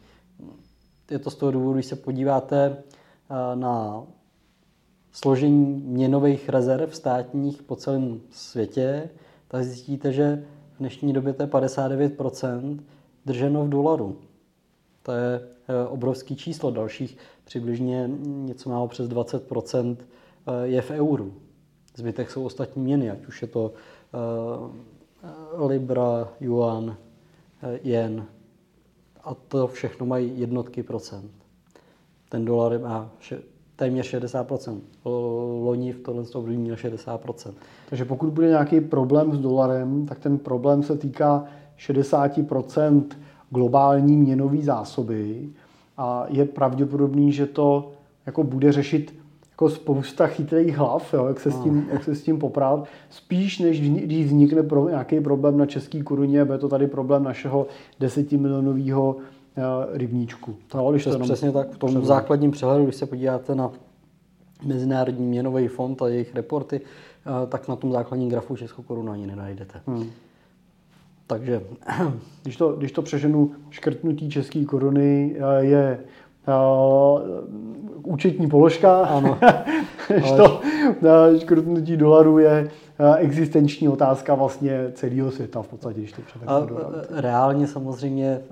Je to z toho důvodu, když se podíváte na složení měnových rezerv státních po celém světě, tak zjistíte, že v dnešní době to je padesát devět procent drženo v dolaru. To je obrovský číslo. Dalších přibližně něco málo přes dvacet procent je v euru. Zbytek jsou ostatní měny, ať už je to libra, yuan, jen. A to všechno mají jednotky procent. Ten dolar má téměř šedesát procent. Loni v tohle období měl šedesát procent. Takže pokud bude nějaký problém s dolarem, tak ten problém se týká šedesát procent globální měnové zásoby a je pravděpodobný, že to jako bude řešit jako spousta chytrých hlav, jo, jak, se s tím, jak se s tím poprat. Spíš, než když vznikne pro, nějaký problém na české koruně, bude to tady problém našeho desetimilionového uh, rybníčku. No, když to jenom přesně tak. V tom přehled. základním přehledu, když se podíváte na Mezinárodní měnový fond a jejich reporty, uh, tak na tom základním grafu českou korunu ani nenajdete. Hmm. Takže... Když to, když to přeženu, škrtnutí české koruny uh, je Uh, účetní položka, ano. to uh, škrtnutí dolaru je existenční otázka vlastně celého světa v podstatě. Když to a, reálně samozřejmě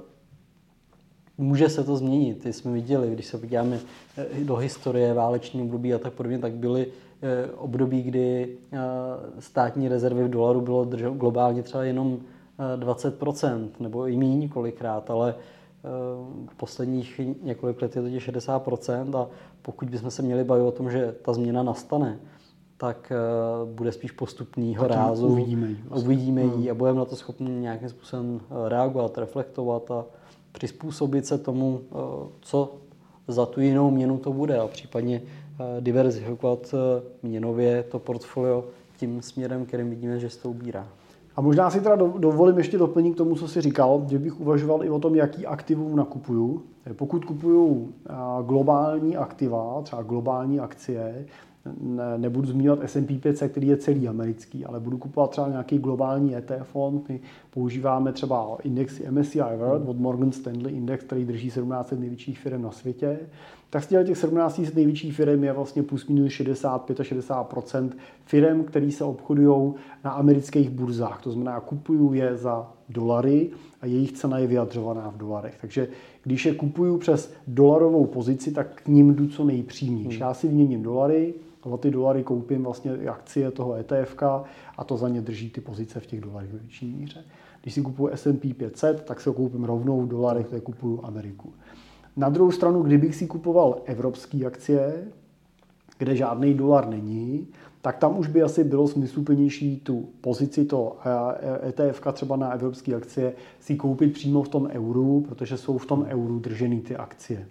může se to změnit. Ty jsme viděli, když se podíváme do historie, váleční období a tak podobně, tak byly období, kdy státní rezervy v dolaru bylo globálně třeba jenom dvacet procent nebo i míň kolikrát, ale posledních několik let je to šedesát procent a pokud bychom se měli bavit o tom, že ta změna nastane, tak bude spíš postupného rázu. Uvidíme ji. Vlastně. Uvidíme ji a budeme na to schopni nějakým způsobem reagovat, reflektovat a přizpůsobit se tomu, co za tu jinou měnu to bude a případně diverzifikovat měnově to portfolio tím směrem, kterým vidíme, že se to ubírá. A možná si teda dovolím ještě doplnit k tomu, co jsi říkal, že bych uvažoval i o tom, jaký aktivum nakupuju. Pokud kupuju globální aktiva, třeba globální akcie, nebudu zmiňovat S and P pět set, který je celý americký, ale budu kupovat třeba nějaký globální E T F fond. My používáme třeba indexy M S C I World od Morgan Stanley Index, který drží sedmnáct set největších firm na světě. Tak z těch sedmnáct set největších firm je vlastně plus minus šedesát pět až šedesát procent firm, které se obchodují na amerických burzách. To znamená, kupuju je za dolary a jejich cena je vyjadřovaná v dolarech. Takže když je kupuju přes dolarovou pozici, tak k ním jdu co nejpřímnější. Já si vyměním dolary, a za ty dolary koupím vlastně akcie toho E T F ka a to za ně drží ty pozice v těch dolarech ve větší míře. Když si kupuju S and P pět set, tak si ho koupím rovnou v dolarech, kde kupuju Ameriku. Na druhou stranu, kdybych si kupoval evropské akcie, kde žádný dolar není, tak tam už by asi bylo smysluplnější tu pozici to E T F ka třeba na evropské akcie si koupit přímo v tom euru, protože jsou v tom euru držený ty akcie.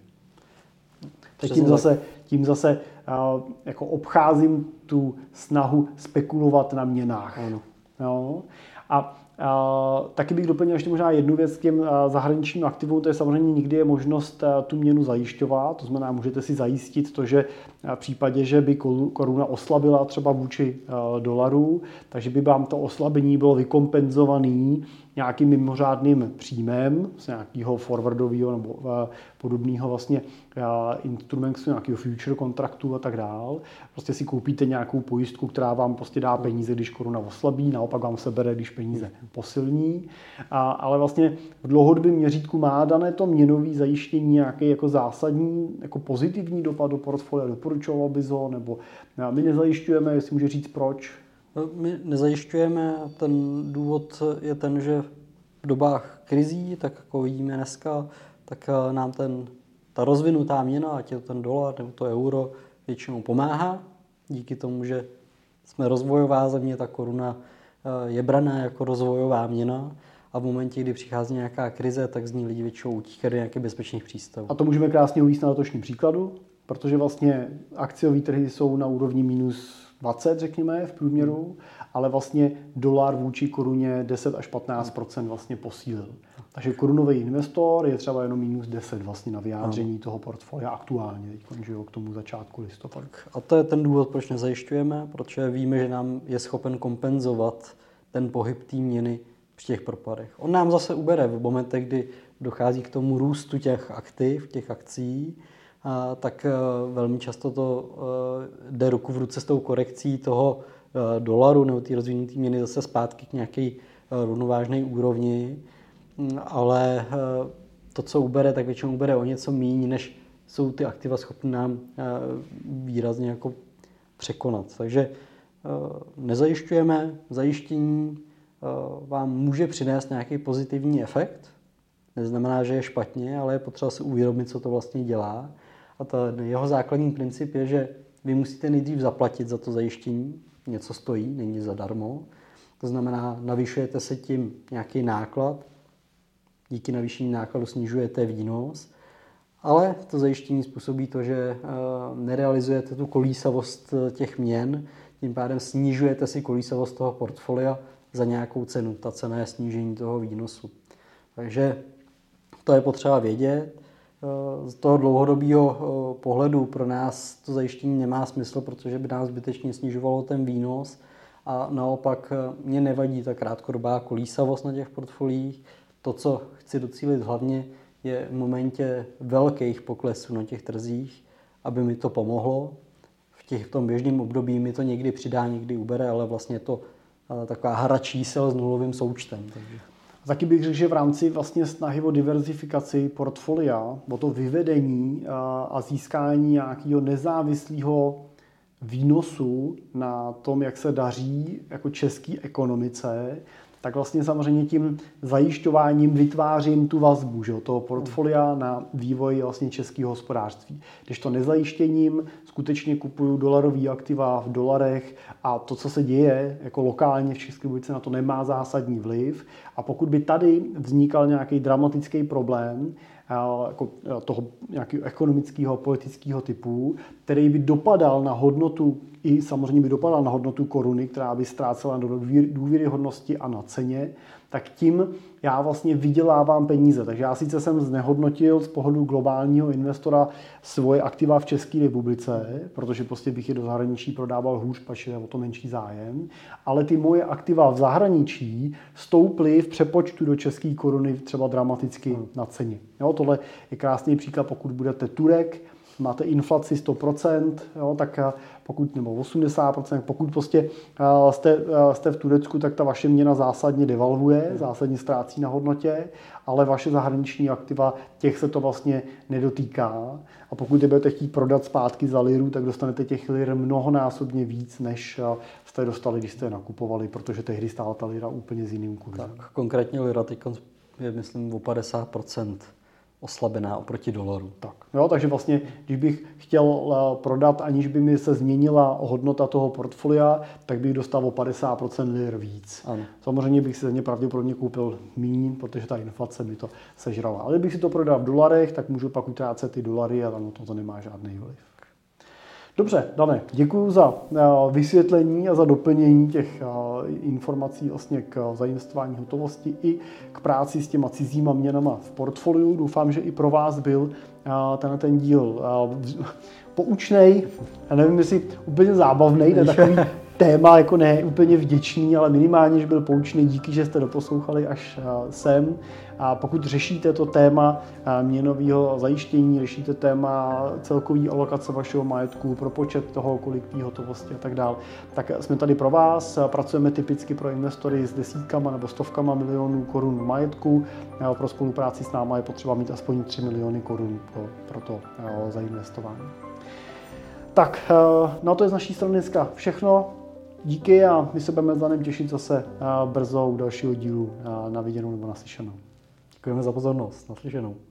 Tak tím zase, tím zase uh, jako obcházím tu snahu spekulovat na měnách. Ano. Jo? A uh, taky bych doplnil ještě možná jednu věc k těm uh, zahraničním aktivům, to je samozřejmě nikdy je možnost uh, tu měnu zajišťovat, to znamená, můžete si zajistit to, že uh, v případě, že by koruna oslabila třeba vůči uh, dolaru, takže by vám to oslabení bylo vykompenzovaný nějakým mimořádným příjmem z nějakého forwardového nebo uh, podobného vlastně uh, instrumentu, nějakého future kontraktu a tak dál. Prostě si koupíte nějakou pojistku, která vám prostě dá peníze, když koruna oslabí, naopak vám se bere, když peníze posilní. A, ale vlastně v dlouhodobém měřítku má dané to měnové zajištění nějaký jako zásadní, jako pozitivní dopad do portfolia. Doporučoval bys ho, nebo my nezajišťujeme, jestli může říct proč? My nezajišťujeme, ten důvod je ten, že v dobách krizí, tak jako vidíme dneska, tak nám ten, ta rozvinutá měna, ať je to ten dolar nebo to euro, většinou pomáhá. Díky tomu, že jsme rozvojová země, ta koruna je braná jako rozvojová měna a v momentě, kdy přichází nějaká krize, tak z ní lidi většinou utíkají do nějakých bezpečných přístavů. A to můžeme krásně uvést na letošním příkladu, protože vlastně akciové trhy jsou na úrovni minus dvacet, řekněme, v průměru, ale vlastně dolar vůči koruně deset až patnáct procent vlastně posílil. Takže korunový investor je třeba jenom minus deset vlastně na vyjádření toho portfolia aktuálně, že jo, k tomu začátku listopadu. A to je ten důvod, proč nezajišťujeme, protože víme, že nám je schopen kompenzovat ten pohyb té měny při těch propadech. On nám zase ubere v momentech, kdy dochází k tomu růstu těch aktiv, těch akcí, a tak velmi často to jde ruku v ruce s tou korekcí toho dolaru nebo té rozvinuté měny zase zpátky k nějaké rovnovážné úrovni, ale to, co ubere, tak většinou ubere o něco méně, než jsou ty aktiva schopné nám výrazně jako překonat. Takže nezajišťujeme, zajištění vám může přinést nějaký pozitivní efekt, neznamená, že je špatně, ale je potřeba si uvědomit, co to vlastně dělá. A ten jeho základní princip je, že vy musíte nejdřív zaplatit za to zajištění, něco stojí, není zadarmo. To znamená, navyšujete se tím nějaký náklad, díky navýšení nákladu snižujete výnos, ale to zajištění způsobí to, že nerealizujete tu kolísavost těch měn, tím pádem snižujete si kolísavost toho portfolia za nějakou cenu. Ta cena je snížení toho výnosu. Takže to je potřeba vědět. Z toho dlouhodobého pohledu pro nás to zajištění nemá smysl, protože by nás zbytečně snižovalo ten výnos a naopak mě nevadí ta krátkodobá kolísavost na těch portfoliích. To, co chci docílit hlavně, je v momentě velkých poklesů na těch trzích, aby mi to pomohlo v těch v tom běžném období mi to někdy přidá, někdy ubere, ale vlastně je to taková hra čísel s nulovým součtem. Takže. Taky bych řekl, že v rámci vlastně snahy o diverzifikaci portfolia, o to vyvedení a získání nějakého nezávislého výnosu na tom, jak se daří jako české ekonomice, tak vlastně samozřejmě tím zajišťováním vytvářím tu vazbu, že, toho portfolia na vývoj vlastně českého hospodářství. Když to nezajištěním skutečně kupuju dolarový aktiva v dolarech a to, co se děje jako lokálně v České republice, na to nemá zásadní vliv. A pokud by tady vznikal nějaký dramatický problém, jako toho nějakého ekonomického, politického typu, který by dopadal na hodnotu, i samozřejmě by dopadal na hodnotu koruny, která by ztrácela do důvěryhodnosti a na ceně, tak tím já vlastně vydělávám peníze. Takže já sice jsem znehodnotil z pohledu globálního investora svoje aktiva v České republice, protože prostě bych je do zahraničí prodával hůř, pač je o to menší zájem, ale ty moje aktiva v zahraničí stouply v přepočtu do české koruny třeba dramaticky na ceně. Jo, tohle je krásný příklad, pokud budete Turek, máte inflaci sto procent, jo, tak pokud, nebo osmdesát procent, pokud prostě jste, jste v Turecku, tak ta vaše měna zásadně devalvuje, zásadně ztrácí na hodnotě, ale vaše zahraniční aktiva, těch se to vlastně nedotýká. A pokud je budete chtít prodat zpátky za liru, tak dostanete těch lir mnohonásobně víc, než jste dostali, když jste je nakupovali, protože tehdy stála ta lira úplně s jiným kurzem. Tak, konkrétně lira teď je, myslím, o padesát procent oslabená oproti dolaru. Tak, jo, takže vlastně, když bych chtěl prodat, aniž by mi se změnila hodnota toho portfolia, tak bych dostal o padesát procent lir víc. Ano. Samozřejmě bych si za ně pravděpodobně koupil míň, protože ta inflace by to sežrala. Ale kdybych si to prodal v dolarech, tak můžu pak utrácet ty dolary a tam to nemá žádný vliv. Dobře, Dane, děkuji za vysvětlení a za doplnění těch informací vlastně k zainvestování hotovosti i k práci s těma cizíma měnama v portfoliu. Doufám, že i pro vás byl ten, ten díl poučnej, já nevím, jestli úplně zábavnej, ne takový téma jako ne úplně vděčný, ale minimálně, že byl poučný. Díky, že jste doposlouchali až sem. A pokud řešíte to téma měnového zajištění, řešíte téma celkový alokace vašeho majetku, propočet toho, kolik té hotovosti a tak dále, tak jsme tady pro vás. Pracujeme typicky pro investory s desítkama nebo stovkama milionů korun majetku. Pro spolupráci s námi je potřeba mít aspoň tři miliony korun pro, pro to zainvestování. Tak, no to je z naší strany dneska všechno. Díky a my se budeme s Danem těšit zase brzo u dalšího dílu. Na viděnou nebo naslyšenou. Děkujeme za pozornost. Naslyšenou.